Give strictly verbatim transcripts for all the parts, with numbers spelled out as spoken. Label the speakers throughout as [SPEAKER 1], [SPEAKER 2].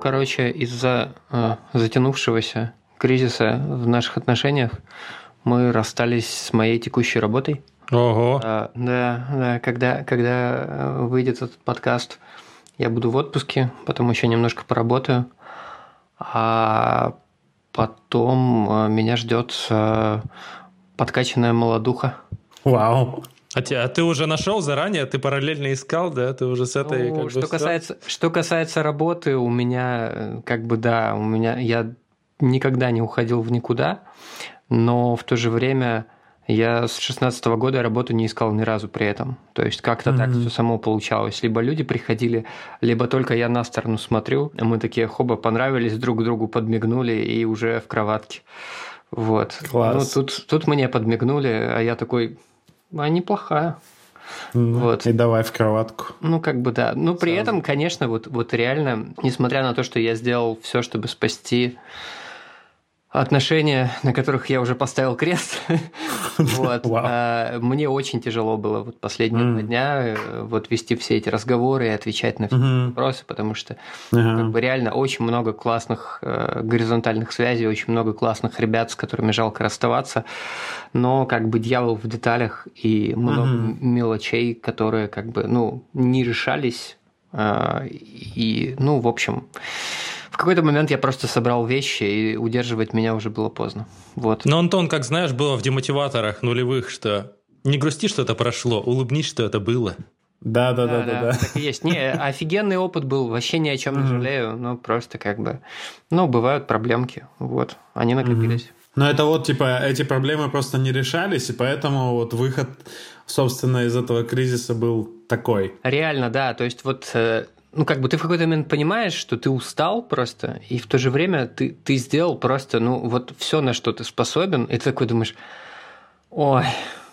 [SPEAKER 1] короче, из-за э, затянувшегося кризиса в наших отношениях мы расстались с моей текущей работой.
[SPEAKER 2] Ого.
[SPEAKER 1] А, да, да, когда, когда выйдет этот подкаст, я буду в отпуске, потом еще немножко поработаю, а потом меня ждет подкачанная молодуха.
[SPEAKER 2] Вау. А, те, а ты уже нашел заранее? Ты параллельно искал, да? Ты уже с этой
[SPEAKER 1] ну,
[SPEAKER 2] как бы
[SPEAKER 1] что
[SPEAKER 2] все?
[SPEAKER 1] касается, что касается работы, у меня как бы да, у меня я никогда не уходил в никуда, но в то же время я с шестнадцатого года работу не искал ни разу при этом. То есть как-то mm-hmm. так все само получалось. Либо люди приходили, либо только я на сторону смотрю, а мы такие хоба, понравились друг другу, подмигнули и уже в кроватке. Вот.
[SPEAKER 2] Класс.
[SPEAKER 1] Ну, тут, тут мне подмигнули, а я такой, а неплохая.
[SPEAKER 2] Mm-hmm.
[SPEAKER 1] Вот.
[SPEAKER 2] И давай в кроватку.
[SPEAKER 1] Ну, как бы да. Ну, при Сразу. этом, конечно, вот, вот реально, несмотря на то, что я сделал все, чтобы спасти отношения, на которых я уже поставил крест, вот, wow. мне очень тяжело было вот последние mm. два дня вот вести все эти разговоры и отвечать на все mm-hmm. вопросы, потому что uh-huh. как бы реально очень много классных э, горизонтальных связей, очень много классных ребят, с которыми жалко расставаться, но как бы дьявол в деталях и много mm-hmm. мелочей, которые как бы ну не решались э, и ну в общем. В какой-то момент я просто собрал вещи, и удерживать меня уже было поздно. Вот.
[SPEAKER 2] Но, Антон, как знаешь, было в демотиваторах нулевых, что не грусти, что это прошло, улыбнись, что это было.
[SPEAKER 3] Да, да, да, да, да.
[SPEAKER 1] Так и есть. Не, офигенный опыт был, вообще ни о чем не жалею, но просто как бы, ну, бывают проблемки, вот, они накопились.
[SPEAKER 3] Но это вот, типа, эти проблемы просто не решались, и поэтому вот выход, собственно, из этого кризиса был такой.
[SPEAKER 1] Реально, да, то есть вот... Ну, как бы ты в какой-то момент понимаешь, что ты устал просто, и в то же время ты, ты сделал просто, ну, вот все, на что ты способен, и ты такой думаешь, ой,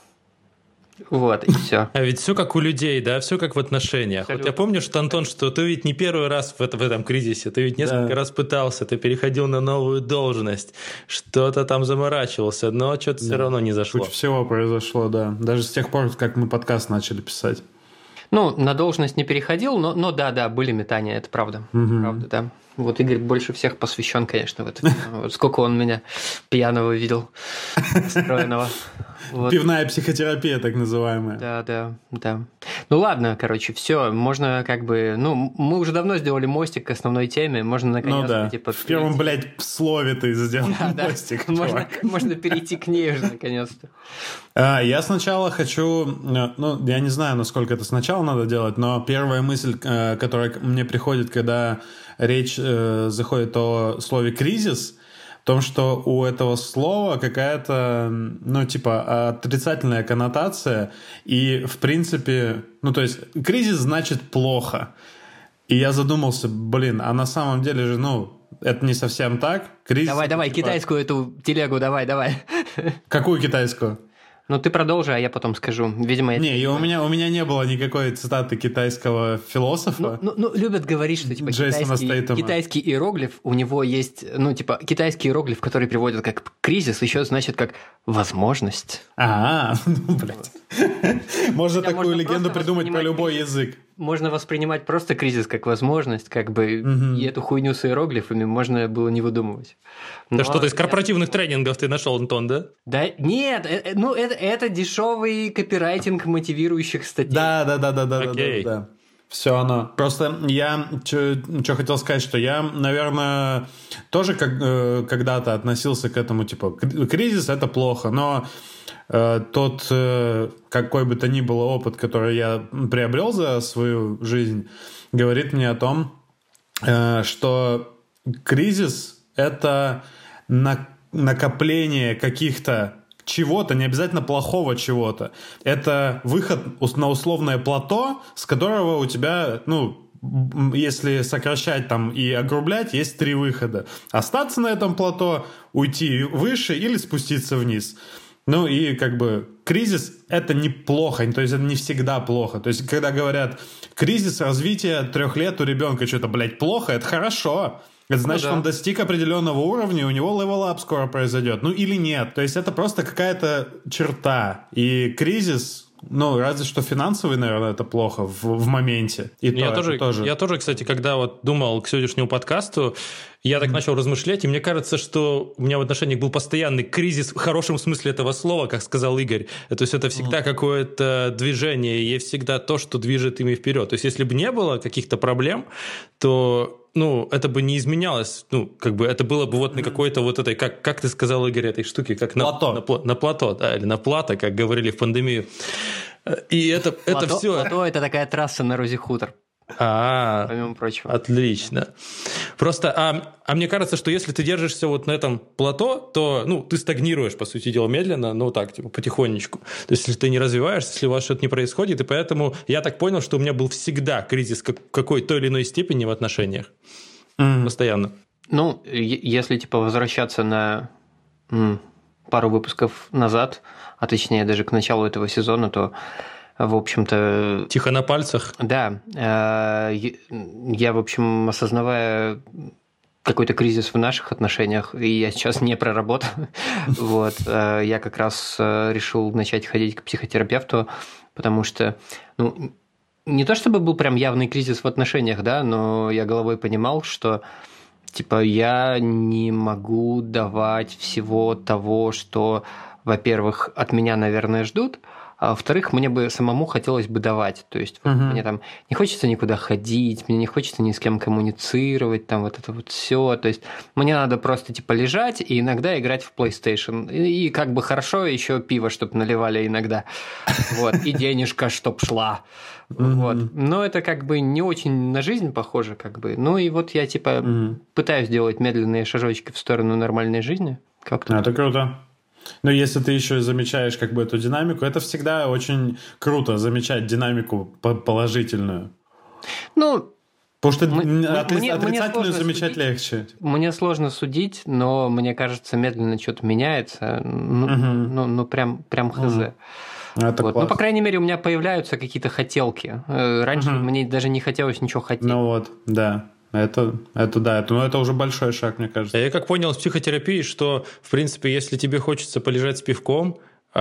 [SPEAKER 1] вот, и все.
[SPEAKER 2] А ведь все как у людей, да, все как в отношениях. Абсолютно. Вот я помню, что, Антон, что ты ведь не первый раз в, это, в этом кризисе, ты ведь несколько да. раз пытался, ты переходил на новую должность, что-то там заморачивался, но что-то да. все равно не зашло.
[SPEAKER 3] Куча всего произошло, да, даже с тех пор, как мы подкаст начали писать.
[SPEAKER 1] Ну, на должность не переходил, но, но да, да, были метания, это правда. Угу. Правда, да. Вот Игорь больше всех посвящен, конечно, в это. Вот сколько он меня пьяного видел, расстроенного.
[SPEAKER 3] Вот. Пивная психотерапия, так называемая.
[SPEAKER 1] Да, да, да. Ну ладно, короче, все, можно как бы... Ну, мы уже давно сделали мостик к основной теме, можно наконец-то...
[SPEAKER 3] Ну да,
[SPEAKER 1] типа,
[SPEAKER 3] в первом, блядь, слове ты сделал
[SPEAKER 1] да,
[SPEAKER 3] мостик,
[SPEAKER 1] да. Можно, можно перейти к ней уже наконец-то.
[SPEAKER 3] А, я сначала хочу... Ну, я не знаю, насколько это сначала надо делать, но первая мысль, которая мне приходит, когда речь заходит о слове «кризис», в том, что у этого слова какая-то, ну, типа, отрицательная коннотация, и, в принципе, ну, то есть, кризис значит плохо. И я задумался, блин, а на самом деле же, ну, это не совсем так. Кризис,
[SPEAKER 1] давай, давай, типа... китайскую эту телегу, давай, давай.
[SPEAKER 3] Какую китайскую?
[SPEAKER 1] Ну, ты продолжи, а я потом скажу. Видимо, я...
[SPEAKER 3] Не, и у меня, у меня не было никакой цитаты китайского философа.
[SPEAKER 1] Ну, ну, ну любят говорить, что типа китайский, китайский иероглиф, у него есть, ну, типа, китайский иероглиф, который приводит как кризис, еще значит как возможность.
[SPEAKER 3] А, ну, блядь. Можно такую легенду придумать про любой язык.
[SPEAKER 1] Можно воспринимать просто кризис как возможность, как бы, угу. и эту хуйню с иероглифами можно было не выдумывать.
[SPEAKER 2] Но... Да что-то из корпоративных я... тренингов ты нашел, Антон, да?
[SPEAKER 1] Да, нет, э, ну это, это дешевый копирайтинг мотивирующих статей.
[SPEAKER 3] Да, да, да, да, да, да, да, да. Все оно. Просто я что хотел сказать, что я, наверное, тоже как, э, когда-то относился к этому, типа, кризис – это плохо, но э, тот, э, какой бы то ни был опыт, который я приобрел за свою жизнь, говорит мне о том, э, что кризис – это на, накопление каких-то чего-то, не обязательно плохого чего-то. Это выход на условное плато, с которого у тебя, ну, если сокращать там и огрублять, есть три выхода. Остаться на этом плато, уйти выше или спуститься вниз. Ну и как бы кризис — это неплохо, то есть это не всегда плохо. То есть когда говорят кризис развития трех лет у ребенка что-то, блядь, плохо, это хорошо. Это значит, ну, да. он достиг определенного уровня, у него level up скоро произойдет. Ну или нет. То есть это просто какая-то черта. И кризис, Ну, разве что финансовый, наверное, это плохо в, в моменте. И
[SPEAKER 2] я,
[SPEAKER 3] то,
[SPEAKER 2] тоже,
[SPEAKER 3] тоже...
[SPEAKER 2] я тоже, кстати, когда вот думал к сегодняшнему подкасту, я так mm-hmm. начал размышлять, и мне кажется, что у меня в отношениях был постоянный кризис в хорошем смысле этого слова, как сказал Игорь. То есть это всегда mm-hmm. какое-то движение, и есть всегда то, что движет ими вперед. То есть если бы не было каких-то проблем, то... ну, это бы не изменялось, ну, как бы это было бы вот на какой-то вот этой, как, как ты сказал, Игорь, этой штуке, как на
[SPEAKER 3] плато,
[SPEAKER 2] на, на плато, да, или на плато, как говорили в пандемию. И это,
[SPEAKER 1] плато,
[SPEAKER 2] это все...
[SPEAKER 1] Плато – это такая трасса на Розе-Хутор.
[SPEAKER 2] А,
[SPEAKER 1] помимо прочего.
[SPEAKER 2] Отлично. Просто, а, а мне кажется, что если ты держишься вот на этом плато, то, ну, ты стагнируешь, по сути дела, медленно, ну, так, типа, потихонечку. То есть, если ты не развиваешься, если у вас что-то не происходит, и поэтому я так понял, что у меня был всегда кризис как, какой той или иной степени в отношениях. Mm. Постоянно.
[SPEAKER 1] Ну, если, типа, возвращаться на м, пару выпусков назад, а точнее даже к началу этого сезона, то в общем-то...
[SPEAKER 2] Тихо на пальцах?
[SPEAKER 1] Да. Я, в общем, осознавая какой-то кризис в наших отношениях, и я сейчас не проработан, вот, я как раз решил начать ходить к психотерапевту, потому что, ну, не то чтобы был прям явный кризис в отношениях, да, но я головой понимал, что, типа, я не могу давать всего того, что, во-первых, от меня, наверное, ждут, а во-вторых, мне бы самому хотелось бы давать. То есть uh-huh. мне там не хочется никуда ходить, мне не хочется ни с кем коммуницировать, там вот это вот все. То есть мне надо просто типа лежать и иногда играть в PlayStation. И, и как бы хорошо еще пиво, чтобы наливали иногда. Вот. И денежка, чтоб шла. Uh-huh. Вот. Но это как бы не очень на жизнь похоже, как бы. Ну и вот я типа uh-huh. пытаюсь делать медленные шажочки в сторону нормальной жизни. Как-то.
[SPEAKER 3] Это круто. Но если ты еще замечаешь как бы эту динамику, это всегда очень круто, замечать динамику положительную.
[SPEAKER 1] Ну,
[SPEAKER 3] потому что мы, отри- мне, отрицательную мне замечать
[SPEAKER 1] судить.
[SPEAKER 3] легче.
[SPEAKER 1] Мне сложно судить, но мне кажется, медленно что-то меняется. Ну, угу. ну, ну прям, прям хз. Угу.
[SPEAKER 3] Это
[SPEAKER 1] вот. Ну, по крайней мере, у меня появляются какие-то хотелки. Раньше угу. мне даже не хотелось ничего хотеть.
[SPEAKER 3] Ну вот, да. Это, это да, это, ну, это уже большой шаг, мне кажется.
[SPEAKER 2] Я как понял из психотерапии, что, в принципе, если тебе хочется полежать с пивком,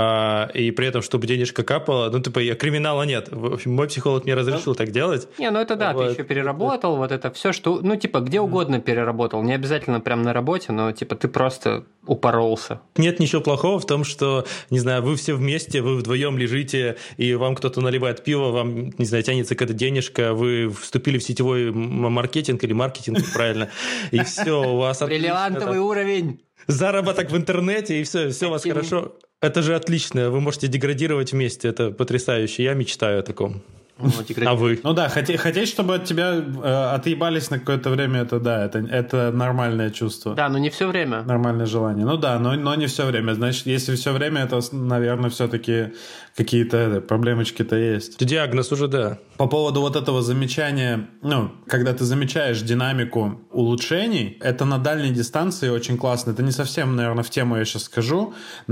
[SPEAKER 2] а, и при этом, чтобы денежка капала, ну, типа, криминала нет. В общем, мой психолог мне разрешил да? так делать.
[SPEAKER 1] Не, ну это да, вот. Ты еще переработал, вот это все, что, ну, типа, где угодно переработал, не обязательно прям на работе, но, типа, ты просто упоролся.
[SPEAKER 2] Нет ничего плохого в том, что, не знаю, вы все вместе, вы вдвоем лежите, и вам кто-то наливает пиво, вам, не знаю, тянется какая-то денежка, вы вступили в сетевой маркетинг или маркетинг, правильно, и все, у вас...
[SPEAKER 1] Бриллиантовый уровень!
[SPEAKER 2] Заработок в интернете, и все, все у вас хорошо. Это же отлично, вы можете деградировать вместе, это потрясающе, я мечтаю о таком.
[SPEAKER 1] Ну,
[SPEAKER 2] а вы?
[SPEAKER 3] Ну да, хотеть, хотеть чтобы от тебя э, отъебались на какое-то время, это да, это, это нормальное чувство.
[SPEAKER 1] Да, но не все время.
[SPEAKER 3] Нормальное желание. Ну да, но, но не все время. Значит, если все время, это, наверное, все-таки какие-то проблемочки-то есть.
[SPEAKER 2] Диагноз уже, да.
[SPEAKER 3] По поводу вот этого замечания, ну, когда ты замечаешь динамику улучшений, это на дальней дистанции очень классно. Это не совсем, наверное, в тему я сейчас скажу,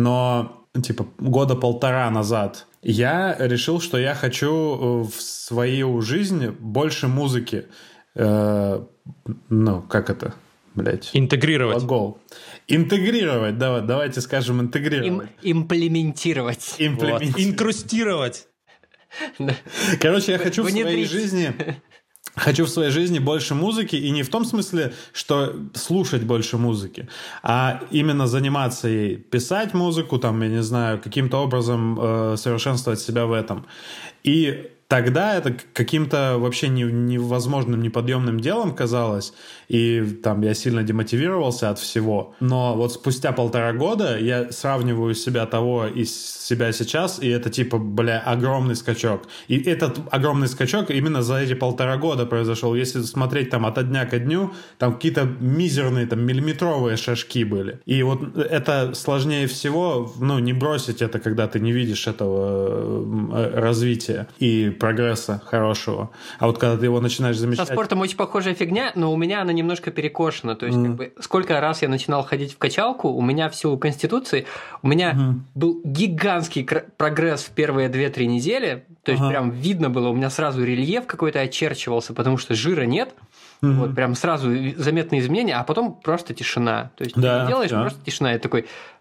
[SPEAKER 3] но типа года полтора назад я решил, что я хочу в свою жизнь больше музыки. Э, ну, как это, блядь?
[SPEAKER 2] Интегрировать.
[SPEAKER 3] Глагол. Интегрировать, давай, давайте скажем интегрировать.
[SPEAKER 1] Им, имплементировать.
[SPEAKER 3] Имплементировать.
[SPEAKER 2] Вот. Инкрустировать.
[SPEAKER 3] Короче, я хочу в своей жизни... Хочу в своей жизни больше музыки, и не в том смысле, что слушать больше музыки, а именно заниматься ей, писать музыку, там, я не знаю, каким-то образом э, совершенствовать себя в этом. И тогда это каким-то вообще невозможным, неподъемным делом казалось, и там я сильно демотивировался от всего. Но вот спустя полтора года я сравниваю себя того и себя сейчас, и это типа, бля, огромный скачок. И этот огромный скачок именно за эти полтора года произошел. Если смотреть там от дня ко дню, там какие-то мизерные, там миллиметровые шажки были. И вот это сложнее всего, ну, не бросить это, когда ты не видишь этого развития и прогресса хорошего. А вот когда ты его начинаешь замечать...
[SPEAKER 1] Со спортом очень похожая фигня, но у меня она немножко перекошена. То есть, mm. как бы, сколько раз я начинал ходить в качалку, у меня в силу конституции, у меня mm. был гигантский прогресс в первые две-три недели. То есть, uh-huh. прям видно было, у меня сразу рельеф какой-то очерчивался, потому что жира нет. Mm-hmm. Вот, прям сразу заметные изменения, а потом просто тишина. То есть, да, ты делаешь, да. просто тишина. И такой,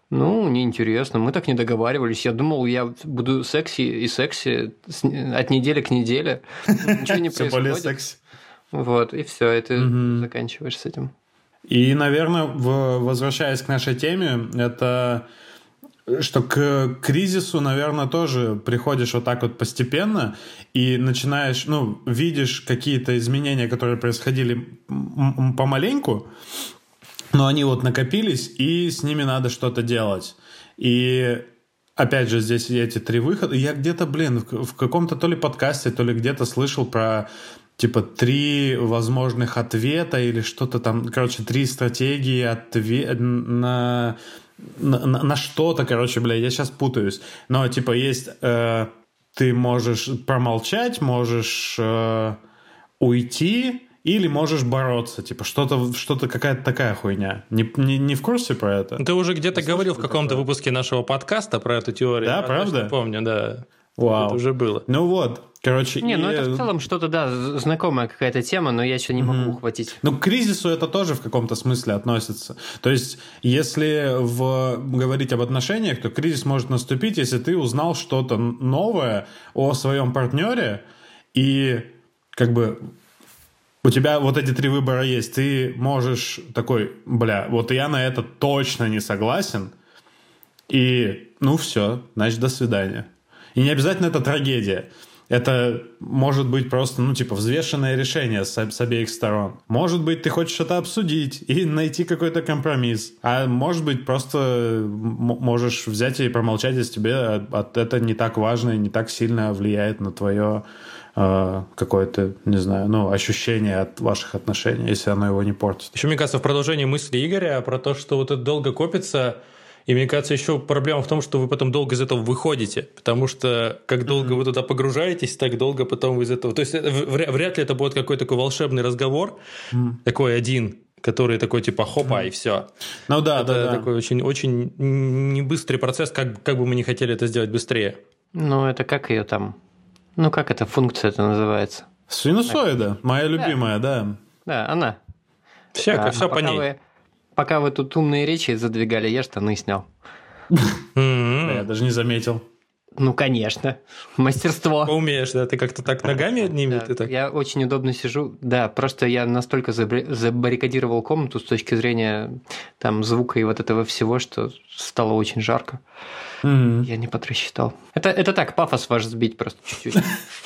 [SPEAKER 1] Ну, неинтересно, мы так не договаривались. Я думал, я буду секси и секси от недели к неделе. Ничего не происходит.
[SPEAKER 3] Все более секси.
[SPEAKER 1] Вот, и все, и ты заканчиваешь с этим.
[SPEAKER 3] И, наверное, возвращаясь к нашей теме, это что к кризису, наверное, тоже приходишь вот так вот постепенно и начинаешь, ну, видишь какие-то изменения, которые происходили помаленьку, но они вот накопились, и с ними надо что-то делать. И опять же, здесь эти три выхода. Я где-то, блин, в каком-то то ли подкасте, то ли где-то слышал про типа три возможных ответа или что-то там, короче, три стратегии ответ на, на, на что-то, короче, бля, я сейчас путаюсь. Но типа есть, э, ты можешь промолчать, можешь э, уйти, или можешь бороться, типа что-то, что-то какая-то такая хуйня. Не, не, не в курсе про это?
[SPEAKER 2] Ты уже где-то Слушай, говорил в каком-то такое? выпуске нашего подкаста про эту теорию.
[SPEAKER 3] Да,
[SPEAKER 2] я
[SPEAKER 3] правда?
[SPEAKER 2] Я помню, да.
[SPEAKER 3] Вау.
[SPEAKER 2] Это уже было.
[SPEAKER 3] Ну вот, короче...
[SPEAKER 1] Не,
[SPEAKER 3] и...
[SPEAKER 1] ну это в целом что-то, да, знакомая какая-то тема, но я еще не могу mm-hmm. ухватить.
[SPEAKER 3] Ну, к кризису это тоже в каком-то смысле относится. То есть, если в... говорить об отношениях, то кризис может наступить, если ты узнал что-то новое о своем партнере, и как бы... У тебя вот эти три выбора есть. Ты можешь такой, бля, вот я на это точно не согласен. И, ну, все, значит, до свидания. И не обязательно это трагедия. Это может быть просто, ну, типа, взвешенное решение с, с обеих сторон. Может быть, ты хочешь это обсудить и найти какой-то компромисс. А может быть, просто м- можешь взять и промолчать, если тебе от, это не так важно и не так сильно влияет на твое... какое-то, не знаю, ну, ощущение от ваших отношений, если оно его не портит.
[SPEAKER 2] Еще, мне кажется, в продолжении мысли Игоря про то, что вот это долго копится, и мне кажется, еще проблема в том, что вы потом долго из этого выходите, потому что как долго mm-hmm. вы туда погружаетесь, так долго потом вы из этого... То есть вряд ли это будет какой-то такой волшебный разговор, mm-hmm. такой один, который такой типа хопа mm-hmm. и все.
[SPEAKER 3] Ну да,
[SPEAKER 2] это
[SPEAKER 3] да, да.
[SPEAKER 2] такой очень, очень небыстрый процесс, как, как бы мы не хотели это сделать быстрее.
[SPEAKER 1] Ну, это как ее там... Ну, как эта функция это называется?
[SPEAKER 3] Синусоида, моя любимая, да.
[SPEAKER 1] Да, да она.
[SPEAKER 2] Все, а, все по ней.
[SPEAKER 1] Вы, пока вы тут умные речи задвигали, я штаны снял.
[SPEAKER 3] Я даже не заметил.
[SPEAKER 1] Ну, конечно. Мастерство.
[SPEAKER 2] Умеешь, да? Ты как-то так ногами одними?
[SPEAKER 1] Да, я очень удобно сижу. Да, просто я настолько забаррикадировал комнату с точки зрения там звука и вот этого всего, что стало очень жарко. Mm-hmm. Я не подрасчитал. Это, это так, пафос ваш сбить просто чуть-чуть.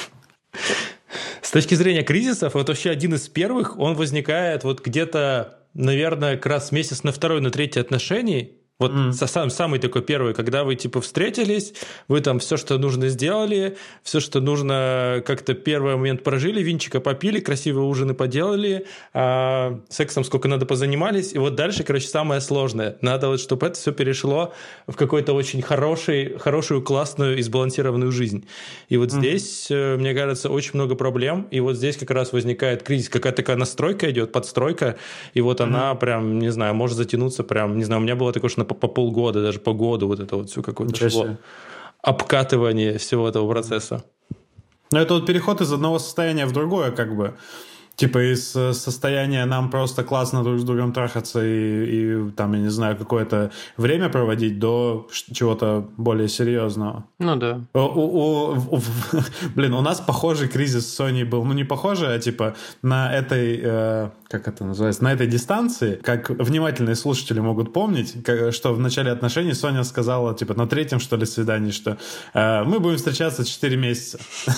[SPEAKER 2] С точки зрения кризисов, вот вообще один из первых, он возникает вот где-то, наверное, как раз месяц на второй, на третий отношений. Вот mm. сам, самый такой первый, когда вы типа встретились, вы там все, что нужно, сделали, все, что нужно, как-то первый момент прожили, винчика попили, красивые ужины поделали, а сексом сколько надо позанимались, и вот дальше, короче, самое сложное. Надо вот, чтобы это все перешло в какой-то очень хороший, хорошую, классную и сбалансированную жизнь. И вот mm. здесь, мне кажется, очень много проблем, и вот здесь как раз возникает кризис, какая-то такая настройка идет, подстройка, и вот mm. она прям, не знаю, может затянуться прям, не знаю, у меня было такое, что на по полгода, даже по году вот это вот все какое-то шло. Обкатывание всего этого процесса.
[SPEAKER 3] Ну, это вот переход из одного состояния в другое, как бы. Типа из состояния нам просто классно друг с другом трахаться и, и там, я не знаю, какое-то время проводить до чего-то более серьезного.
[SPEAKER 1] Ну да.
[SPEAKER 3] У, у, у, у, блин, у нас похожий кризис с Соней был. Ну, не похожий, а типа на этой, э, как это называется, на этой дистанции, как внимательные слушатели могут помнить, как, что в начале отношений Соня сказала, типа, на третьем, что ли, свидании, что э, мы будем встречаться четыре месяца.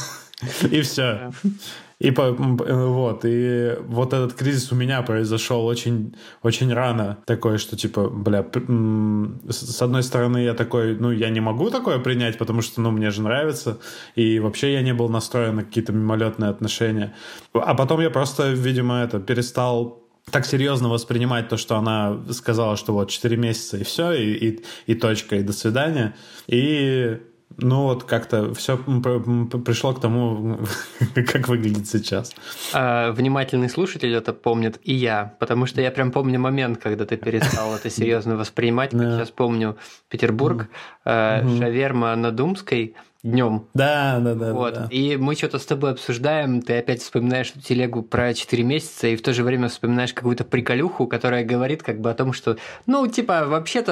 [SPEAKER 3] И все. И по, вот, и вот этот кризис у меня произошел очень, очень рано, такой, что типа, бля, с одной стороны я такой, ну, я не могу такое принять, потому что, ну, мне же нравится, и вообще я не был настроен на какие-то мимолетные отношения. А потом я просто, видимо, это, перестал так серьезно воспринимать то, что она сказала, что вот четыре месяца и все, и, и, и точка, и до свидания. И... Ну, вот как-то все пришло к тому, как выглядит сейчас.
[SPEAKER 1] А, внимательный слушатель это помнит, и я, потому что я прям помню момент, когда ты перестал это серьезно воспринимать. Как сейчас помню Петербург, шаверма на Думской днем.
[SPEAKER 3] Да, да, да.
[SPEAKER 1] Вот.
[SPEAKER 3] Да.
[SPEAKER 1] И мы что-то с тобой обсуждаем, ты опять вспоминаешь эту телегу про четыре месяца, и в то же время вспоминаешь какую-то приколюху, которая говорит как бы о том, что, ну, типа, вообще-то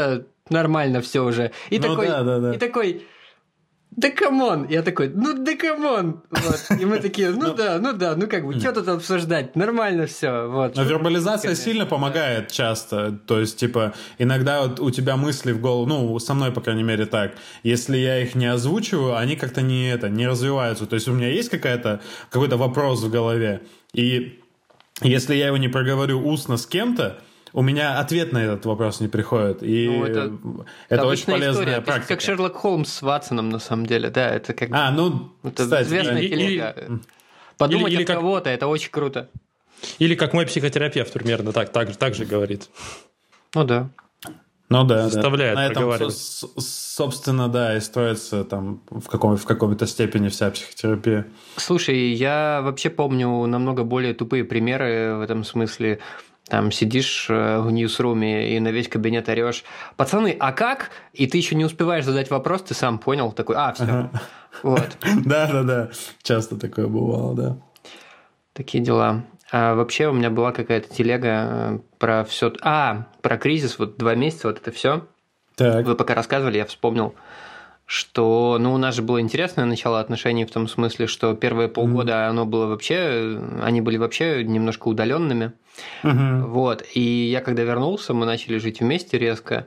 [SPEAKER 1] нормально все уже. И ну, такой, да, да, да. и такой, да камон. Я такой, ну да камон. Вот. И мы такие, ну да, ну да, ну как бы, что тут обсуждать? Нормально все. Вот.
[SPEAKER 3] Но вербализация сильно помогает часто. То есть, типа, иногда вот у тебя мысли в голову, ну, со мной, по крайней мере, так. Если я их не озвучиваю, они как-то не это, не развиваются. То есть у меня есть какая-то, какой-то вопрос в голове. И если я его не проговорю устно с кем-то, у меня ответ на этот вопрос не приходит. И ну, это, это очень полезная история. Практика.
[SPEAKER 1] Как Шерлок Холмс с Ватсоном, на самом деле. Да, это как
[SPEAKER 3] а, ну,
[SPEAKER 1] это
[SPEAKER 3] кстати,
[SPEAKER 1] известная
[SPEAKER 3] или,
[SPEAKER 1] телега. Подумать или, или от как... кого-то, это очень круто.
[SPEAKER 2] Или как мой психотерапевт примерно так, так, так же говорит.
[SPEAKER 1] Ну да.
[SPEAKER 3] Ну да,
[SPEAKER 2] заставляет
[SPEAKER 3] да. На
[SPEAKER 2] проговаривать.
[SPEAKER 3] этом, собственно, да, и строится там в, каком, в какой-то степени вся психотерапия.
[SPEAKER 1] Слушай, я вообще помню намного более тупые примеры в этом смысле. Там сидишь в ньюсруме и на весь кабинет орешь: пацаны, а как? И ты еще не успеваешь задать вопрос, ты сам понял, такой, а, все. Ага. Вот.
[SPEAKER 3] Да-да-да, часто такое бывало, да.
[SPEAKER 1] Такие дела. А вообще у меня была какая-то телега про все. А, про кризис, вот два месяца, вот это все.
[SPEAKER 3] Так.
[SPEAKER 1] Вы пока рассказывали, я вспомнил, что, ну, у нас же было интересное начало отношений в том смысле, что первые полгода mm-hmm. оно было вообще, они были вообще немножко удаленными. Mm-hmm. Вот. И я когда вернулся, мы начали жить вместе резко.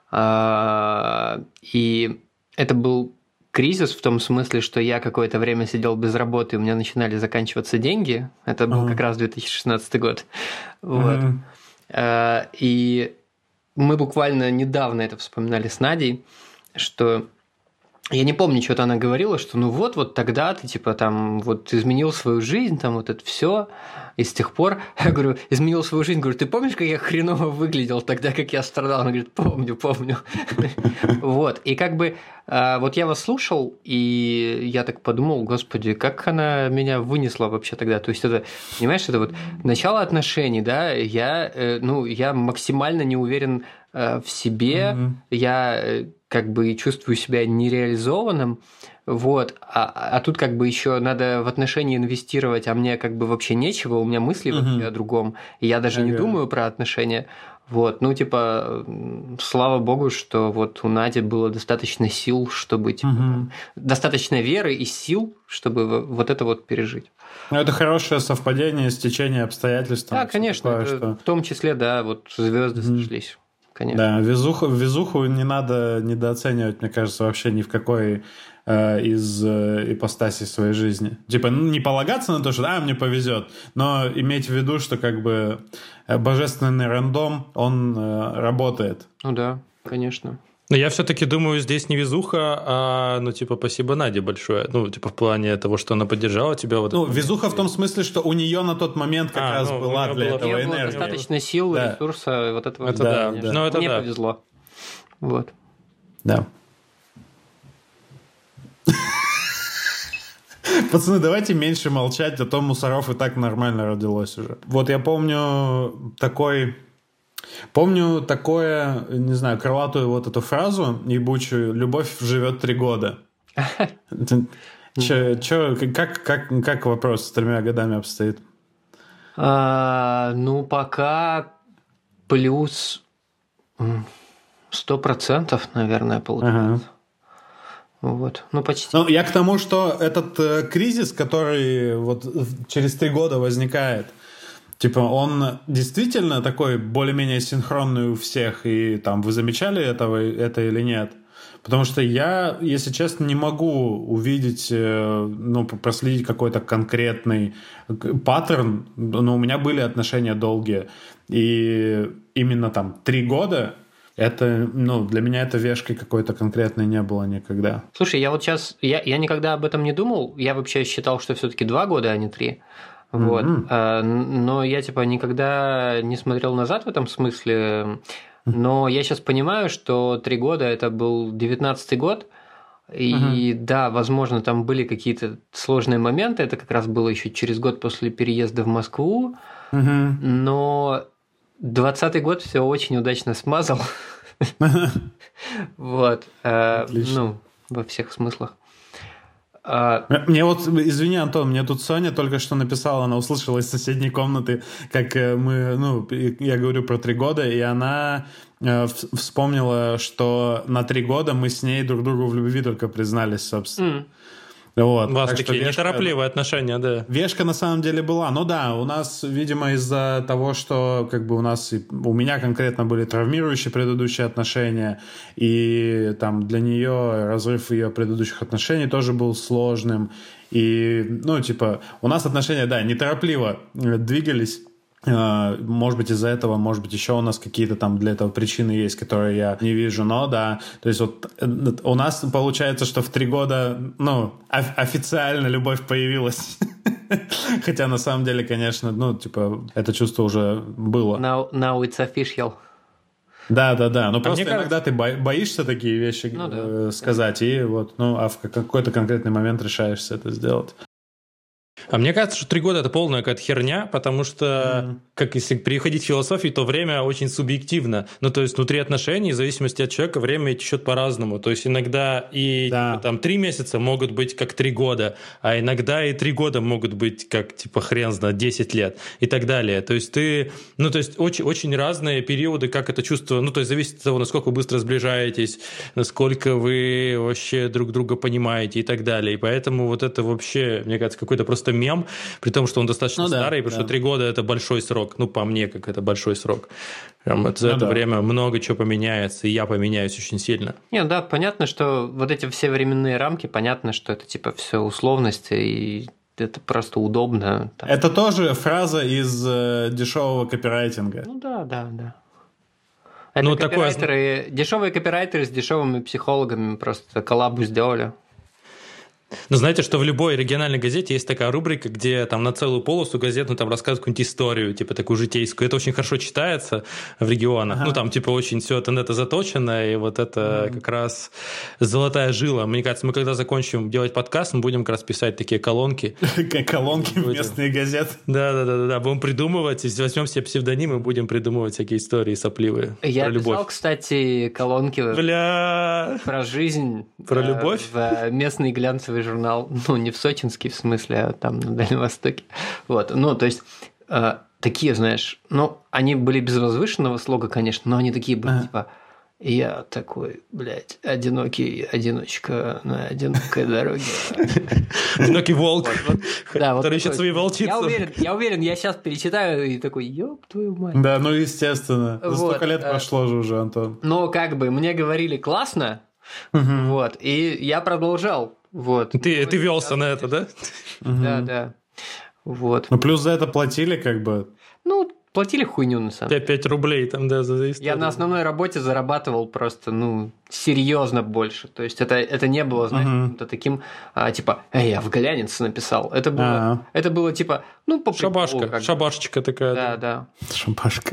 [SPEAKER 1] И это был кризис в том смысле, что я какое-то время сидел без работы, у меня начинали заканчиваться деньги. Это был uh-huh. как раз две тысячи шестнадцатый год. Вот. Uh-huh. И мы буквально недавно это вспоминали с Надей, что я не помню, что-то она говорила, что ну вот, вот тогда ты типа там вот изменил свою жизнь, там вот это все. И с тех пор, я говорю, изменил свою жизнь, говорю, ты помнишь, как я хреново выглядел тогда, как я страдал? Она говорит, помню, помню. Вот, и как бы вот я вас слушал, и я так подумал, господи, как она меня вынесла вообще тогда. То есть это, понимаешь, это вот начало отношений, да, я, ну, я максимально не уверен в себе, я как бы чувствую себя нереализованным. Вот, а, а тут как бы еще надо в отношения инвестировать, а мне как бы вообще нечего, у меня мысли uh-huh. вообще о другом, и я даже okay. не думаю про отношения. Вот, ну типа, слава богу, что вот у Нади было достаточно сил, чтобы типа, uh-huh. достаточно веры и сил, чтобы вот это вот пережить.
[SPEAKER 3] Ну, это хорошее совпадение, стечение обстоятельств.
[SPEAKER 1] Да, конечно, такое, что... в том числе, да, вот звезды uh-huh. сошлись. Конечно.
[SPEAKER 3] Да, везуху, везуху не надо недооценивать, мне кажется, вообще ни в какой э, из э, ипостасей своей жизни. Типа, ну, не полагаться на то, что а, мне повезет, но иметь в виду, что как бы божественный рандом, он э, работает.
[SPEAKER 1] Ну да, конечно.
[SPEAKER 2] Но я все-таки думаю, здесь не везуха, а, ну, типа, спасибо Наде большое. Ну, типа, в плане того, что она поддержала тебя. Вот
[SPEAKER 3] ну, везуха в том смысле, что у нее на тот момент как а, раз ну, была для этого
[SPEAKER 1] энергия.
[SPEAKER 3] Было
[SPEAKER 1] достаточно сил, да. ресурса, вот этого.
[SPEAKER 2] Это да, да.
[SPEAKER 1] Но это Мне да. повезло. Вот.
[SPEAKER 3] Да. Пацаны, давайте меньше молчать, а то мусоров и так нормально родилось уже. Вот я помню такой... Помню такое, не знаю, крылатую вот эту фразу ебучую: «Любовь живет три года». Че, че, как, как, как вопрос с тремя годами обстоит?
[SPEAKER 1] А, ну, пока плюс сто процентов, наверное, получается. Ага. Вот, ну почти.
[SPEAKER 3] Ну, я к тому, что этот э, кризис, который вот через три года возникает, типа, он действительно такой более-менее синхронный у всех, и там вы замечали этого, это или нет? Потому что я, если честно, не могу увидеть, ну, проследить какой-то конкретный паттерн, но у меня были отношения долгие, и именно там три года, это, ну, для меня это вешкой какой-то конкретной не было никогда.
[SPEAKER 1] Слушай, я вот сейчас, я, я никогда об этом не думал, я вообще считал, что все-таки два года, а не три. Вот. Mm-hmm. Но я типа никогда не смотрел назад в этом смысле. Но я сейчас понимаю, что три года это был девятнадцатый год. И mm-hmm. да, возможно, там были какие-то сложные моменты. Это как раз было еще через год после переезда в Москву. Mm-hmm. Но двадцатый год все очень удачно смазал. Вот. Ну, во всех смыслах.
[SPEAKER 3] А... Мне вот, извини, Антон, мне тут Соня только что написала, она услышала из соседней комнаты, как мы, ну, я говорю про три года, и она э, вспомнила, что на три года мы с ней друг другу в любви только признались, собственно. Mm. Вот.
[SPEAKER 2] У вас так такие вешка, неторопливые отношения, да.
[SPEAKER 3] Вешка на самом деле была. Ну да, у нас, видимо, из-за того, что как бы у нас, у меня конкретно были травмирующие предыдущие отношения, и там для нее разрыв ее предыдущих отношений тоже был сложным. И, ну, типа, у нас отношения, да, неторопливо двигались. Может быть, из-за этого, может быть, еще у нас какие-то там для этого причины есть, которые я не вижу, но да, то есть вот у нас получается, что в три года, ну, официально любовь появилась. Хотя на самом деле, конечно, ну, типа, это чувство уже было.
[SPEAKER 1] Now, now it's official.
[SPEAKER 3] Да, да, да. Но а просто иногда кажется... ты боишься такие вещи ну, да. сказать, и вот, ну, а в какой-то конкретный момент решаешься это сделать.
[SPEAKER 2] А мне кажется, что три года – это полная какая-то херня, потому что, mm-hmm. как если переходить в философию, то время очень субъективно. Ну, то есть внутри отношений, в зависимости от человека, время течет по-разному. То есть иногда и да. типа, там три месяца могут быть как три года, а иногда и три года могут быть как, типа, хрен знает, десять лет и так далее. То есть ты, ну, то есть очень, очень разные периоды, как это чувство, ну, то есть зависит от того, насколько вы быстро сближаетесь, насколько вы вообще друг друга понимаете и так далее. И поэтому вот это вообще, мне кажется, какой-то просто мем, при том, что он достаточно ну, старый, да, потому да. что три года – это большой срок. Ну, по мне, как это большой срок. Прям за ну, это да. время много чего поменяется, и я поменяюсь очень сильно.
[SPEAKER 1] Не, да, понятно, что вот эти все временные рамки, понятно, что это типа все условности, и это просто удобно.
[SPEAKER 3] Там. Это тоже фраза из э, дешевого копирайтинга.
[SPEAKER 1] Ну да, да, да. Это
[SPEAKER 2] ну,
[SPEAKER 1] копирайтеры,
[SPEAKER 2] такое...
[SPEAKER 1] дешевые копирайтеры с дешевыми психологами просто коллабу сделали.
[SPEAKER 2] Ну, знаете, что в любой региональной газете есть такая рубрика, где там на целую полосу газетную там рассказывают какую-нибудь историю, типа такую житейскую. Это очень хорошо читается в регионах. Ага. Ну, там типа очень все от инета заточено, и вот это ага. как раз золотая жила. Мне кажется, мы когда закончим делать подкаст, мы будем как раз писать такие колонки.
[SPEAKER 3] Колонки в местные газеты.
[SPEAKER 2] Да-да-да, будем придумывать, возьмем себе псевдонимы и будем придумывать всякие истории сопливые.
[SPEAKER 1] Я писал, кстати, колонки про жизнь.
[SPEAKER 2] Про любовь?
[SPEAKER 1] В местный глянцевый журнал, ну, не в сочинский, в смысле, а там на Дальнем Востоке. Вот, ну, то есть, э, такие, знаешь, ну, они были без возвышенного слога, конечно, но они такие были, а. типа, я такой, блядь, одинокий одиночка на одинокой дороге.
[SPEAKER 2] Одинокий волк, который ищет свои волчицы.
[SPEAKER 1] Я уверен, я сейчас перечитаю и такой, ёб твою мать.
[SPEAKER 3] Да, ну, естественно. Столько лет прошло же уже, Антон.
[SPEAKER 1] Но, как бы, мне говорили классно, вот, и я продолжал. Вот.
[SPEAKER 2] Ты, ты велся на это, да?
[SPEAKER 1] Да, да. Вот.
[SPEAKER 3] Ну, плюс за это платили, как бы.
[SPEAKER 1] Ну, платили хуйню, на самом деле.
[SPEAKER 2] пять рублей там, да, за историю.
[SPEAKER 1] Я на основной работе зарабатывал просто, ну, серьезно больше. То есть, это, это не было, знаешь, uh-huh. каким-то таким, а, типа, эй, я в глянец написал. Это было, uh-huh. это было типа, ну, по
[SPEAKER 2] шабашка,
[SPEAKER 1] приколу, как
[SPEAKER 2] шабашечка такая.
[SPEAKER 1] Да, да.
[SPEAKER 3] Шабашка.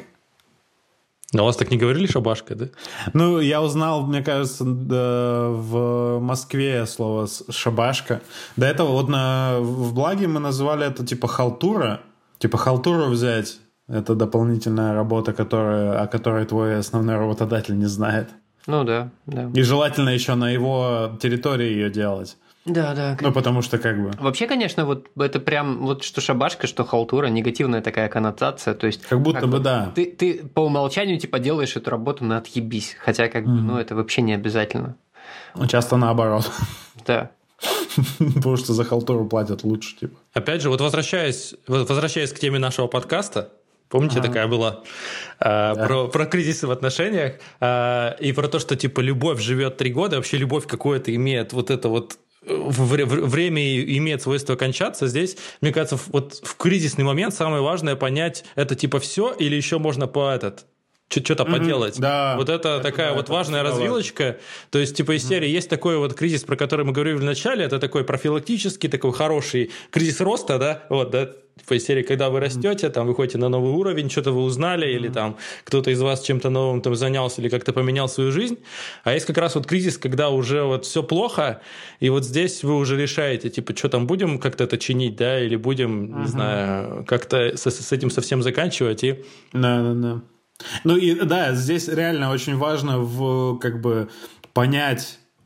[SPEAKER 2] А у вас так не говорили шабашка, да?
[SPEAKER 3] Ну, я узнал, мне кажется, да, в Москве слово шабашка. До этого вот на, в Благе мы называли это типа халтура. Типа халтуру взять. Это дополнительная работа, которая, о которой твой основной работодатель не знает.
[SPEAKER 1] Ну да, да.
[SPEAKER 3] И желательно еще на его территории ее делать.
[SPEAKER 1] Да, да.
[SPEAKER 3] Ну, потому что как бы...
[SPEAKER 1] Вообще, конечно, вот это прям, вот что шабашка, что халтура, негативная такая коннотация, то есть...
[SPEAKER 3] Как будто
[SPEAKER 1] как
[SPEAKER 3] бы,
[SPEAKER 1] бы,
[SPEAKER 3] да.
[SPEAKER 1] Ты, ты по умолчанию, типа, делаешь эту работу на отъебись, хотя, как бы, mm. ну, это вообще не обязательно.
[SPEAKER 3] Ну, часто наоборот.
[SPEAKER 1] Да.
[SPEAKER 3] Потому что за халтуру платят лучше, типа.
[SPEAKER 2] Опять же, вот возвращаясь, возвращаясь к теме нашего подкаста, помните, ага. такая была а, да. про, про кризисы в отношениях а, и про то, что, типа, любовь живет три года, вообще любовь какое-то имеет вот это вот время имеет свойство кончаться. Здесь, мне кажется, вот в кризисный момент самое важное понять, это типа все или еще можно по этот что-то mm-hmm. поделать.
[SPEAKER 3] Да,
[SPEAKER 2] вот это, это такая да, вот это важная развилочка. Важно. То есть, типа, из mm-hmm. серии есть такой вот кризис, про который мы говорили в начале, это такой профилактический, такой хороший кризис роста, да, вот, да, типа из серии, когда вы растете, там, вы ходите на новый уровень, что-то вы узнали, mm-hmm. или там кто-то из вас чем-то новым там занялся или как-то поменял свою жизнь. А есть как раз вот кризис, когда уже вот все плохо, и вот здесь вы уже решаете, типа, что там, будем как-то это чинить, да, или будем, mm-hmm. не знаю, как-то с, с этим совсем заканчивать и...
[SPEAKER 3] Да, да, да. Ну и да, здесь реально очень важно в, как бы понять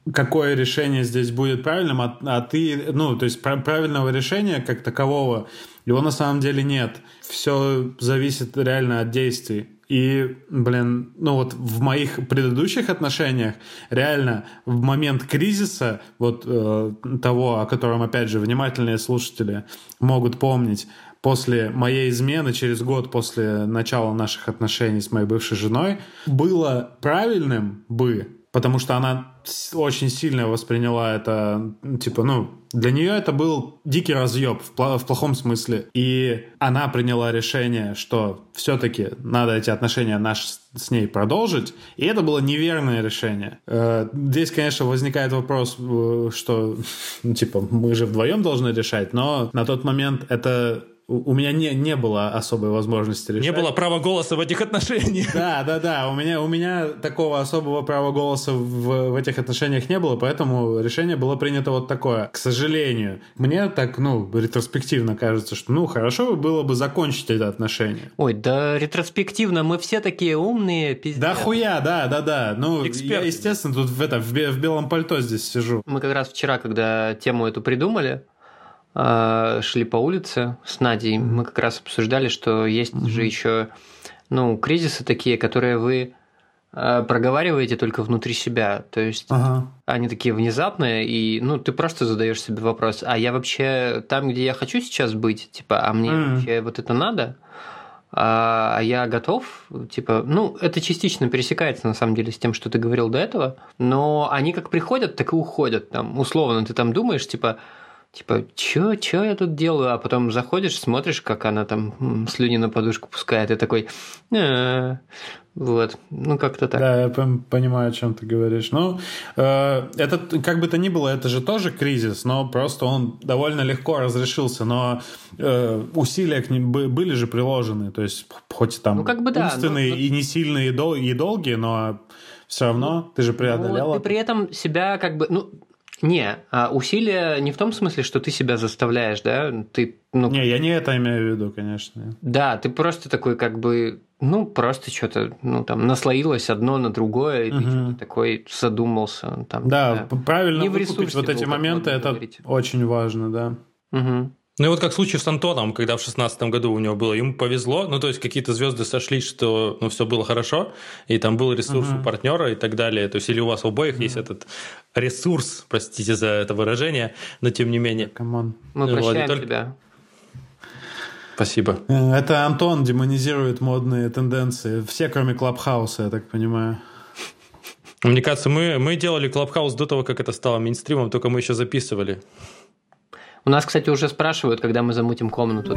[SPEAKER 3] какое решение здесь будет правильным, а, а ты, ну, то есть правильного решения как такового, его на самом деле нет. Все зависит реально от действий. И, блин, ну вот в моих предыдущих отношениях реально в момент кризиса, вот э, того, о котором, опять же, внимательные слушатели могут помнить, после моей измены, через год после начала наших отношений с моей бывшей женой, было правильным бы, потому что она очень сильно восприняла это, типа, ну, для нее это был дикий разъеб в, в плохом смысле. И она приняла решение, что все-таки надо эти отношения наши с ней продолжить. И это было неверное решение. Здесь, конечно, возникает вопрос, что, ну, типа, мы же вдвоем должны решать, но на тот момент это... У меня не, не было особой возможности решать.
[SPEAKER 2] Не было права голоса в этих отношениях.
[SPEAKER 3] Да, да, да. У меня, у меня такого особого права голоса в, в этих отношениях не было, поэтому решение было принято вот такое. К сожалению. Мне так, ну, ретроспективно кажется, что, ну, хорошо было бы закончить это отношение.
[SPEAKER 1] Ой, да ретроспективно мы все такие умные, пиздец.
[SPEAKER 3] Да хуя, да, да, да. Ну, Эксперты. Я, естественно, тут в, это, в, в белом пальто здесь сижу.
[SPEAKER 1] Мы как раз вчера, когда тему эту придумали, шли по улице с Надей, мы как раз обсуждали, что есть mm-hmm. же еще, ну, кризисы такие, которые вы проговариваете только внутри себя, то есть ага. они такие внезапные, и, ну, ты просто задаешь себе вопрос, а я вообще там, где я хочу сейчас быть, типа, а мне mm-hmm. вообще вот это надо? А я готов, типа, ну, это частично пересекается, на самом деле, с тем, что ты говорил до этого, но они как приходят, так и уходят, там, условно, ты там думаешь, типа, Типа, чё, чё я тут делаю? А потом заходишь, смотришь, как она там слюни на подушку пускает, и такой, э-э-э. Вот, ну как-то так.
[SPEAKER 3] Да, я понимаю, о чем ты говоришь. Ну, э, это, как бы то ни было, это же тоже кризис, но просто он довольно легко разрешился, но э, усилия к ним были же приложены, то есть хоть там
[SPEAKER 1] ну, как бы, да,
[SPEAKER 3] умственные
[SPEAKER 1] но, но...
[SPEAKER 3] и не сильные, и, дол- и долгие, но все равно ну, ты же преодолела.
[SPEAKER 1] Ну, ты при этом себя как бы, ну, Не, а усилия не в том смысле, что ты себя заставляешь, да? Ты, ну,
[SPEAKER 3] не, я не это имею в виду, конечно.
[SPEAKER 1] Да, ты просто такой как бы, ну, просто что-то, ну, там, наслоилось одно на другое, и угу. ты что-то такой задумался. Там,
[SPEAKER 3] да, да, правильно не выкупить вот эти моменты, это говорить. Очень важно, да.
[SPEAKER 1] Угу.
[SPEAKER 2] Ну и вот как случай с Антоном, когда в шестнадцатом году у него было, ему повезло, ну то есть какие-то звезды сошлись, что ну, все было хорошо, и там был ресурс uh-huh. у партнера и так далее, то есть или у вас у обоих uh-huh. есть этот ресурс, простите за это выражение, но тем не менее.
[SPEAKER 3] Камон.
[SPEAKER 1] Мы прощаем вот, тебя.
[SPEAKER 2] Спасибо.
[SPEAKER 3] Это Антон демонизирует модные тенденции, все кроме Клабхауса, я так понимаю.
[SPEAKER 2] Мне кажется, мы, мы делали Клабхаус до того, как это стало мейнстримом, только мы еще записывали.
[SPEAKER 1] У нас, кстати, уже спрашивают, когда мы замутим комнату.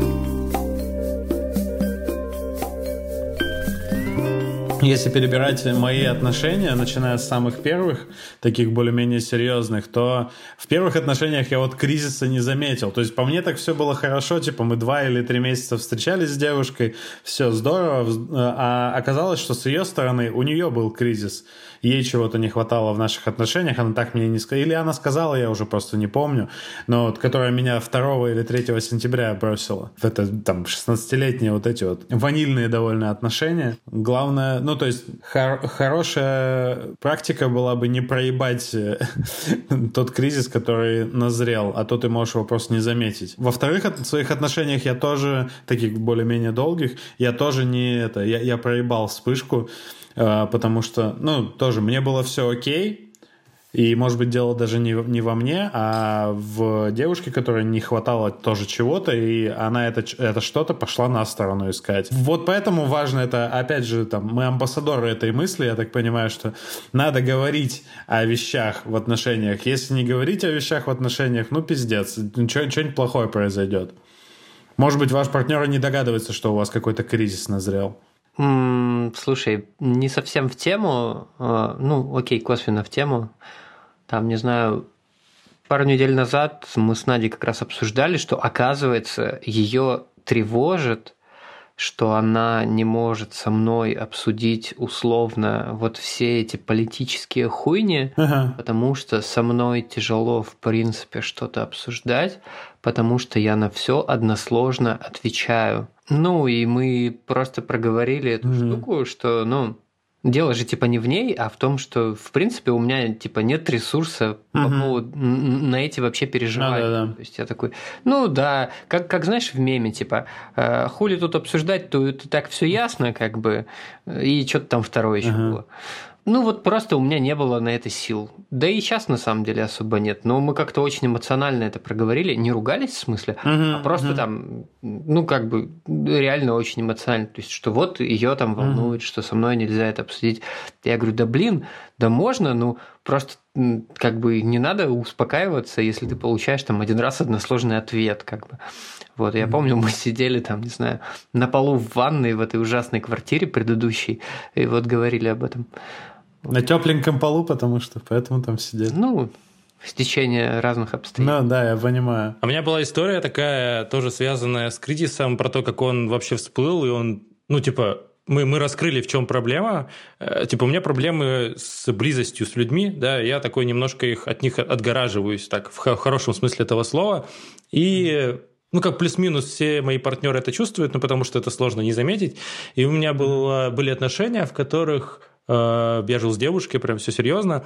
[SPEAKER 3] Если перебирать мои отношения, начиная с самых первых, таких более-менее серьезных, то в первых отношениях я вот кризиса не заметил. То есть по мне так все было хорошо, типа мы два или три месяца встречались с девушкой, все здорово, а оказалось, что с ее стороны у нее был кризис. Ей чего-то не хватало в наших отношениях, она так мне не сказала, или она сказала, я уже просто не помню, но вот, которая меня второго или третьего сентября бросила в это, там, шестнадцатилетние вот эти вот ванильные довольно отношения. Главное, ну, то есть хор- хорошая практика была бы не проебать тот кризис, который назрел, а то ты можешь его просто не заметить. Во-вторых, в своих отношениях я тоже, таких более-менее долгих, я тоже не это, я, я проебал вспышку, потому что, ну, тоже мне было все окей, и, может быть, дело даже не, не во мне, а в девушке, которой не хватало тоже чего-то, и она это, это что-то пошла на сторону искать. Вот поэтому важно это, опять же, там, мы амбассадоры этой мысли, я так понимаю, что надо говорить о вещах в отношениях. Если не говорить о вещах в отношениях, ну, пиздец, что-нибудь плохое произойдет. Может быть, ваш партнер не догадывается, что у вас какой-то кризис назрел.
[SPEAKER 1] Слушай, не совсем в тему, ну, окей, косвенно в тему. Там, не знаю, пару недель назад мы с Надей как раз обсуждали, что, оказывается, ее тревожит, что она не может со мной обсудить условно вот все эти политические хуйни, ага. потому что со мной тяжело, в принципе, что-то обсуждать, потому что я на все односложно отвечаю. Ну, и мы просто проговорили эту mm-hmm. штуку, что, ну, дело же, типа, не в ней, а в том, что, в принципе, у меня, типа, нет ресурса угу. по поводу, на эти вообще переживания.
[SPEAKER 3] Да, да, да.
[SPEAKER 1] То есть я такой, ну да, как, как знаешь, в меме, типа, э, хули тут обсуждать, то это так все ясно, как бы, и что-то там второе еще угу. было. Ну, вот просто у меня не было на это сил. Да и сейчас, на самом деле, особо нет. Но мы как-то очень эмоционально это проговорили. Не ругались, в смысле, uh-huh, а просто uh-huh. там, ну, как бы, реально очень эмоционально. То есть, что вот ее там волнует, uh-huh. что со мной нельзя это обсудить. Я говорю, да блин, да можно, ну, просто как бы не надо успокаиваться, если ты получаешь там один раз односложный ответ, как бы. Вот, я помню, мы сидели там, не знаю, на полу в ванной в этой ужасной квартире предыдущей, и вот говорили об этом.
[SPEAKER 3] На тепленьком полу, потому что поэтому там сидели.
[SPEAKER 1] Ну, стечение разных обстоятельств.
[SPEAKER 3] Ну, да, я понимаю.
[SPEAKER 2] А у меня была история такая, тоже связанная с кризисом, про то, как он вообще всплыл, и он, ну, типа, мы, мы раскрыли, в чем проблема. Типа, у меня проблемы с близостью с людьми, да, я такой немножко их, от них отгораживаюсь, так, в хорошем смысле этого слова, и... Ну, как плюс-минус все мои партнеры это чувствуют, ну, потому что это сложно не заметить. И у меня было, были отношения, в которых э, я жил с девушкой, прям все серьезно.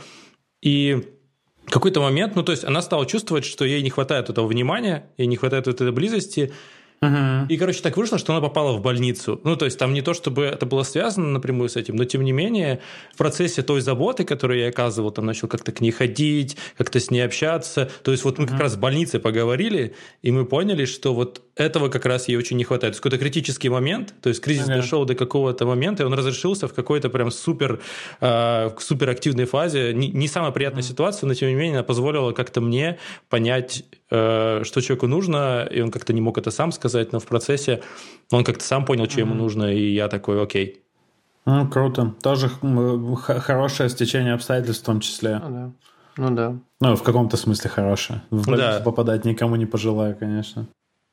[SPEAKER 2] И в какой-то момент, ну, то есть она стала чувствовать, что ей не хватает этого внимания, ей не хватает этой близости. Uh-huh. И, короче, так вышло, что она попала в больницу. Ну, то есть там не то, чтобы это было связано напрямую с этим, но, тем не менее, в процессе той заботы, которую я оказывал, там начал как-то к ней ходить, как-то с ней общаться. То есть вот мы uh-huh. как раз в больнице поговорили, и мы поняли, что вот этого как раз ей очень не хватает. То есть какой-то критический момент, то есть кризис uh-huh. дошел до какого-то момента, и он разрешился в какой-то прям супер, э, суперактивной фазе. Не, не самая приятная uh-huh. ситуация, но, тем не менее, она позволила как-то мне понять, э, что человеку нужно, и он как-то не мог это сам сказать, но в процессе он как-то сам понял, что mm-hmm. ему нужно, и я такой, окей.
[SPEAKER 3] Ну, круто. Тоже х- хорошее стечение обстоятельств в том числе.
[SPEAKER 1] Ну да. Ну, да.
[SPEAKER 3] Ну, в каком-то смысле хорошее. В больницу да. попадать никому не пожелаю, конечно.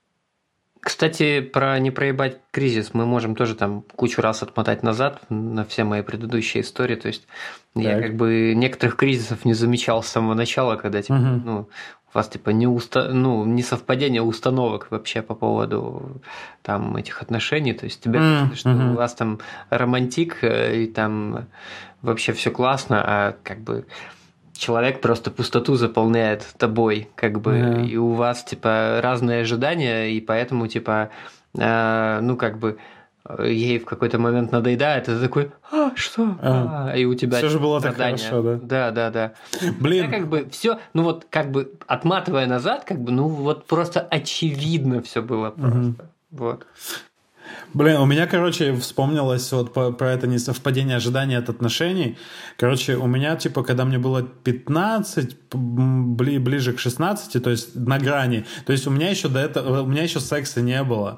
[SPEAKER 1] Кстати, про не проебать кризис мы можем тоже там кучу раз отмотать назад на все мои предыдущие истории. То есть так. я как бы некоторых кризисов не замечал с самого начала, когда типа, угу. ну, у вас типа не уста... ну, не совпадение установок вообще по поводу там этих отношений. То есть тебе кажется, что угу. у вас там романтик и там вообще все классно, а как бы человек просто пустоту заполняет тобой, как бы, yeah. и у вас, типа, разные ожидания, и поэтому, типа, э, ну, как бы, ей в какой-то момент надоедает, и ты такой, а, что? А, а, и у тебя
[SPEAKER 3] все же было
[SPEAKER 1] задание.
[SPEAKER 3] Так хорошо,
[SPEAKER 1] да? Да, да, да.
[SPEAKER 3] Блин.
[SPEAKER 1] Я, как бы, все, ну, вот, как бы, отматывая назад, как бы, ну, вот, просто очевидно все было просто. Mm-hmm. Вот.
[SPEAKER 3] Блин, у меня, короче, вспомнилось вот по, про это несовпадение ожиданий от отношений. Короче, у меня, типа, когда мне было пятнадцать, бли, ближе к шестнадцати, то есть на грани, то есть у меня еще до этого, у меня еще секса не было.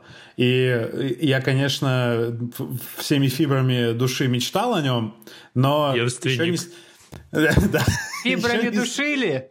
[SPEAKER 3] И я, конечно, всеми фибрами души мечтал о нем, но еще не...
[SPEAKER 1] Фибрами душили?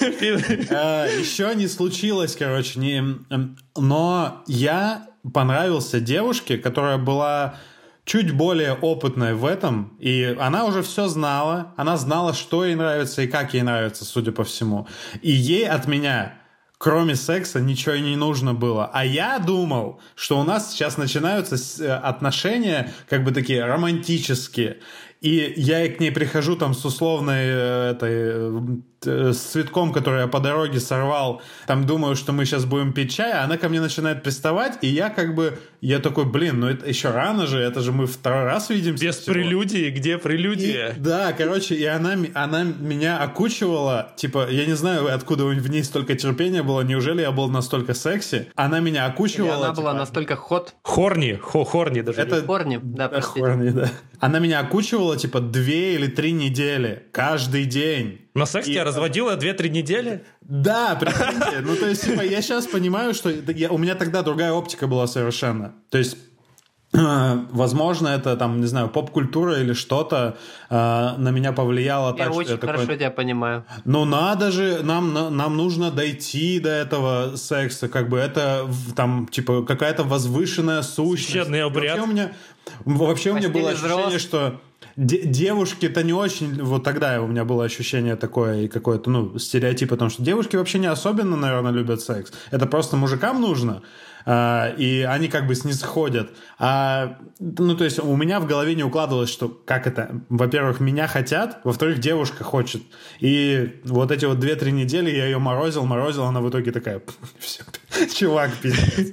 [SPEAKER 3] Еще не случилось, короче, не... но я... понравился девушке, которая была чуть более опытной в этом, и она уже все знала, она знала, что ей нравится и как ей нравится, судя по всему. И ей от меня, кроме секса, ничего и не нужно было. А я думал, что у нас сейчас начинаются отношения как бы такие романтические. И я к ней прихожу там с условной этой, с цветком, который я по дороге сорвал, там думаю, что мы сейчас будем пить чай, а она ко мне начинает приставать, и я как бы, я такой, блин, ну это еще рано же, это же мы второй раз видимся.
[SPEAKER 2] Без всего. Прелюдии, где прелюдия?
[SPEAKER 3] И, да, короче, и она, она меня окучивала, типа, я не знаю, откуда в ней столько терпения было, неужели я был настолько секси? Она меня окучивала. Или
[SPEAKER 1] она
[SPEAKER 3] типа,
[SPEAKER 1] была настолько хот.
[SPEAKER 2] Хорни, хо, хорни даже.
[SPEAKER 1] Это хорни, да, простите.
[SPEAKER 3] Хорни, да. Она меня окучивала, типа, две или три недели, каждый день.
[SPEAKER 2] Но секс и... тебя разводила две-три недели?
[SPEAKER 3] Да, прикиньте. Ну, то есть, типа, я сейчас понимаю, что я, у меня тогда другая оптика была совершенно. То есть, э, возможно, это, там, не знаю, поп-культура или что-то э, на меня повлияло.
[SPEAKER 1] Я
[SPEAKER 3] так,
[SPEAKER 1] очень
[SPEAKER 3] что я
[SPEAKER 1] хорошо
[SPEAKER 3] такой,
[SPEAKER 1] тебя понимаю.
[SPEAKER 3] Ну, надо же, нам, нам нужно дойти до этого секса, как бы это, там, типа, какая-то возвышенная сущность.
[SPEAKER 2] Священный обряд.
[SPEAKER 3] Вообще у меня, вообще у меня было ощущение, что... девушки-то не очень... Вот тогда у меня было ощущение такое и какое-то, ну, стереотип о том, что девушки вообще не особенно, наверное, любят секс. Это просто мужикам нужно. И они как бы снисходят. А, ну, то есть у меня в голове не укладывалось, что как это? Во-первых, меня хотят, во-вторых, девушка хочет. И вот эти вот две-три недели я ее морозил, морозил, она в итоге такая, все, чувак, пиздец.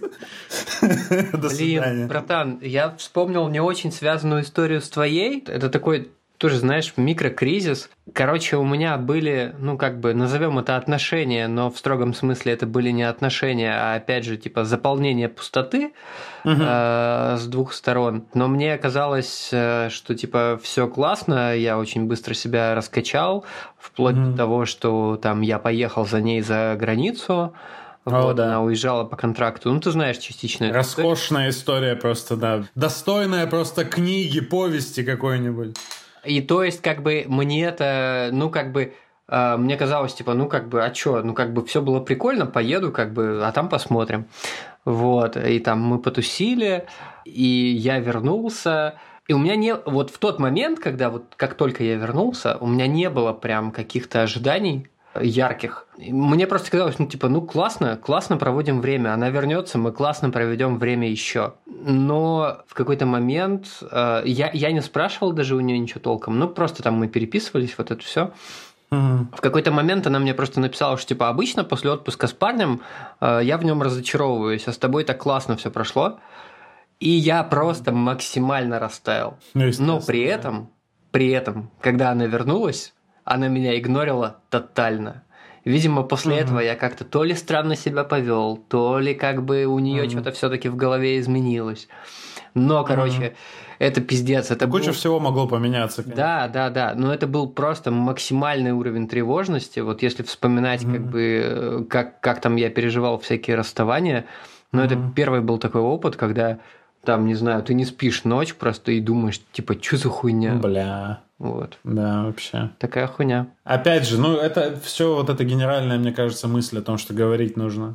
[SPEAKER 3] До свидания.
[SPEAKER 1] Блин, братан, я вспомнил не очень связанную историю с твоей. Это такой... тоже, знаешь, микрокризис. Короче, у меня были, ну, как бы, назовем это отношения, но в строгом смысле это были не отношения, а, опять же, типа, заполнение пустоты угу. э, с двух сторон. Но мне казалось, что, типа, все классно, я очень быстро себя раскачал, вплоть угу. до того, что, там, я поехал за ней за границу,
[SPEAKER 3] О,
[SPEAKER 1] вот,
[SPEAKER 3] да.
[SPEAKER 1] она уезжала по контракту. Ну, ты знаешь, частично.
[SPEAKER 3] Роскошная история просто, да. Достойная просто книги, повести какой-нибудь.
[SPEAKER 1] И то есть, как бы, мне это, ну, как бы, э, мне казалось, типа, ну, как бы, а чё, ну, как бы, все было прикольно, поеду, как бы, а там посмотрим. Вот, и там мы потусили, и я вернулся, и у меня не... Вот в тот момент, когда вот, как только я вернулся, у меня не было прям каких-то ожиданий ярких. Мне просто казалось, ну, типа, ну, классно, классно проводим время, она вернется, мы классно проведем время еще. Но в какой-то момент э, я, я не спрашивал даже у нее ничего толком, ну, просто там мы переписывались, вот это все. Mm-hmm. В какой-то момент она мне просто написала, что, типа, обычно после отпуска с парнем э, я в нем разочаровываюсь, а с тобой так классно все прошло. И я просто максимально растаял. Но при этом, при этом, когда она вернулась, она меня игнорила тотально. Видимо, после mm-hmm. этого я как-то то ли странно себя повел, то ли как бы у нее mm-hmm. что-то все-таки в голове изменилось. Но, короче, mm-hmm. это пиздец. Это
[SPEAKER 3] Куча
[SPEAKER 1] был...
[SPEAKER 3] всего могло поменяться. Конечно.
[SPEAKER 1] Да, да, да. Но это был просто максимальный уровень тревожности. Вот если вспоминать, mm-hmm. как бы, как, как там я переживал всякие расставания. Но mm-hmm. это первый был такой опыт, когда, там, не знаю, ты не спишь ночь просто и думаешь, типа, что за хуйня?
[SPEAKER 3] Бля.
[SPEAKER 1] Вот.
[SPEAKER 3] Да, вообще.
[SPEAKER 1] Такая хуйня.
[SPEAKER 3] Опять же, ну, это все вот эта генеральная, мне кажется, мысль о том, что говорить нужно.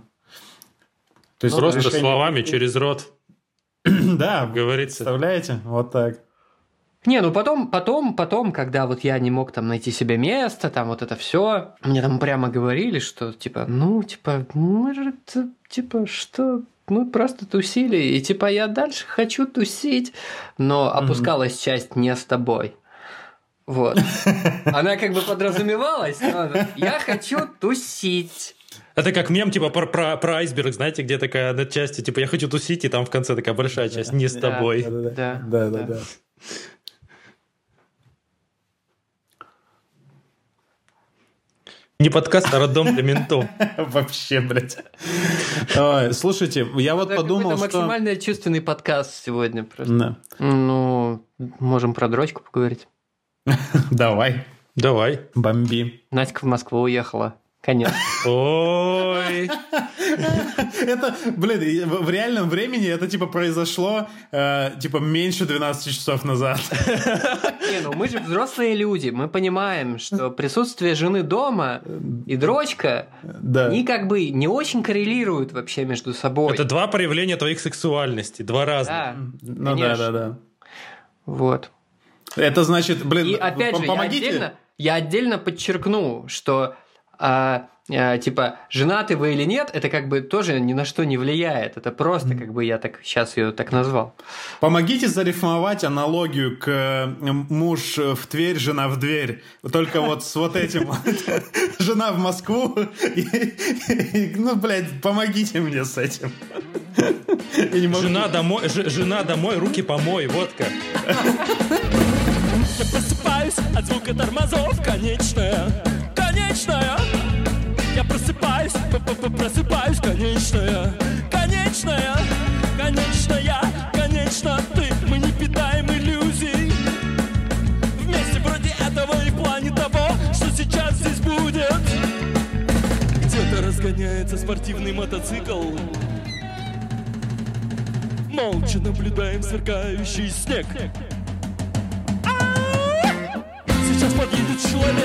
[SPEAKER 2] То есть ну, просто решение... словами через рот.
[SPEAKER 3] Да,
[SPEAKER 2] говорится.
[SPEAKER 3] Представляете? Вот так.
[SPEAKER 1] Не, ну потом, потом, потом, когда вот я не мог там найти себе место, там вот это все, мне там прямо говорили, что типа, ну, типа, может, типа, что... Мы просто тусили, и типа я дальше хочу тусить, но опускалась mm-hmm. часть не с тобой. Вот. Она как бы подразумевалась, но я хочу тусить.
[SPEAKER 2] Это как мем, типа, про, про, про айсберг, знаете, где такая на части, типа, я хочу тусить, и там в конце такая большая часть, не с
[SPEAKER 1] да,
[SPEAKER 2] тобой.
[SPEAKER 1] Да, да, да.
[SPEAKER 3] да, да, да.
[SPEAKER 2] Не подкаст, а роддом для ментов.
[SPEAKER 3] Вообще, блядь. Ой, слушайте, я вот
[SPEAKER 1] да,
[SPEAKER 3] подумал,
[SPEAKER 1] это
[SPEAKER 3] что...
[SPEAKER 1] максимально чувственный подкаст сегодня просто.
[SPEAKER 3] Да.
[SPEAKER 1] Ну, можем про дрочку поговорить.
[SPEAKER 3] Давай.
[SPEAKER 2] Давай.
[SPEAKER 3] Бомби.
[SPEAKER 1] Надька в Москву уехала. Конечно.
[SPEAKER 2] Ой.
[SPEAKER 3] Это, блин, в реальном времени это, типа, произошло, э, типа, меньше двенадцати часов назад.
[SPEAKER 1] Не, ну мы же взрослые люди, мы понимаем, что присутствие жены дома и дрочка,
[SPEAKER 3] да. они
[SPEAKER 1] как бы не очень коррелируют вообще между собой.
[SPEAKER 2] Это два проявления твоих сексуальностей, два разных.
[SPEAKER 1] Да,
[SPEAKER 3] ну да, да, да.
[SPEAKER 1] Вот.
[SPEAKER 3] Это значит, блин,
[SPEAKER 1] и опять же,
[SPEAKER 3] помогите.
[SPEAKER 1] Я отдельно, я отдельно подчеркну, что а, а, типа, женаты вы или нет, это как бы тоже ни на что не влияет. Это просто как бы я так сейчас ее так назвал.
[SPEAKER 3] Помогите зарифмовать аналогию к муж в Тверь, жена в дверь. Только вот с вот этим. Жена в Москву. Ну, блядь, помогите мне с этим.
[SPEAKER 2] Жена домой, жена домой, руки помой, водка.
[SPEAKER 4] Я просыпаюсь от звука тормозов, конечная, конечная. Я просыпаюсь, просыпаюсь, конечная, конечная, конечная, конечно ты. Мы не питаем иллюзий. Вместе вроде этого и в плане того, что сейчас здесь будет. Где-то разгоняется спортивный мотоцикл. Молча наблюдаем сверкающий снег. Сейчас подъедет человек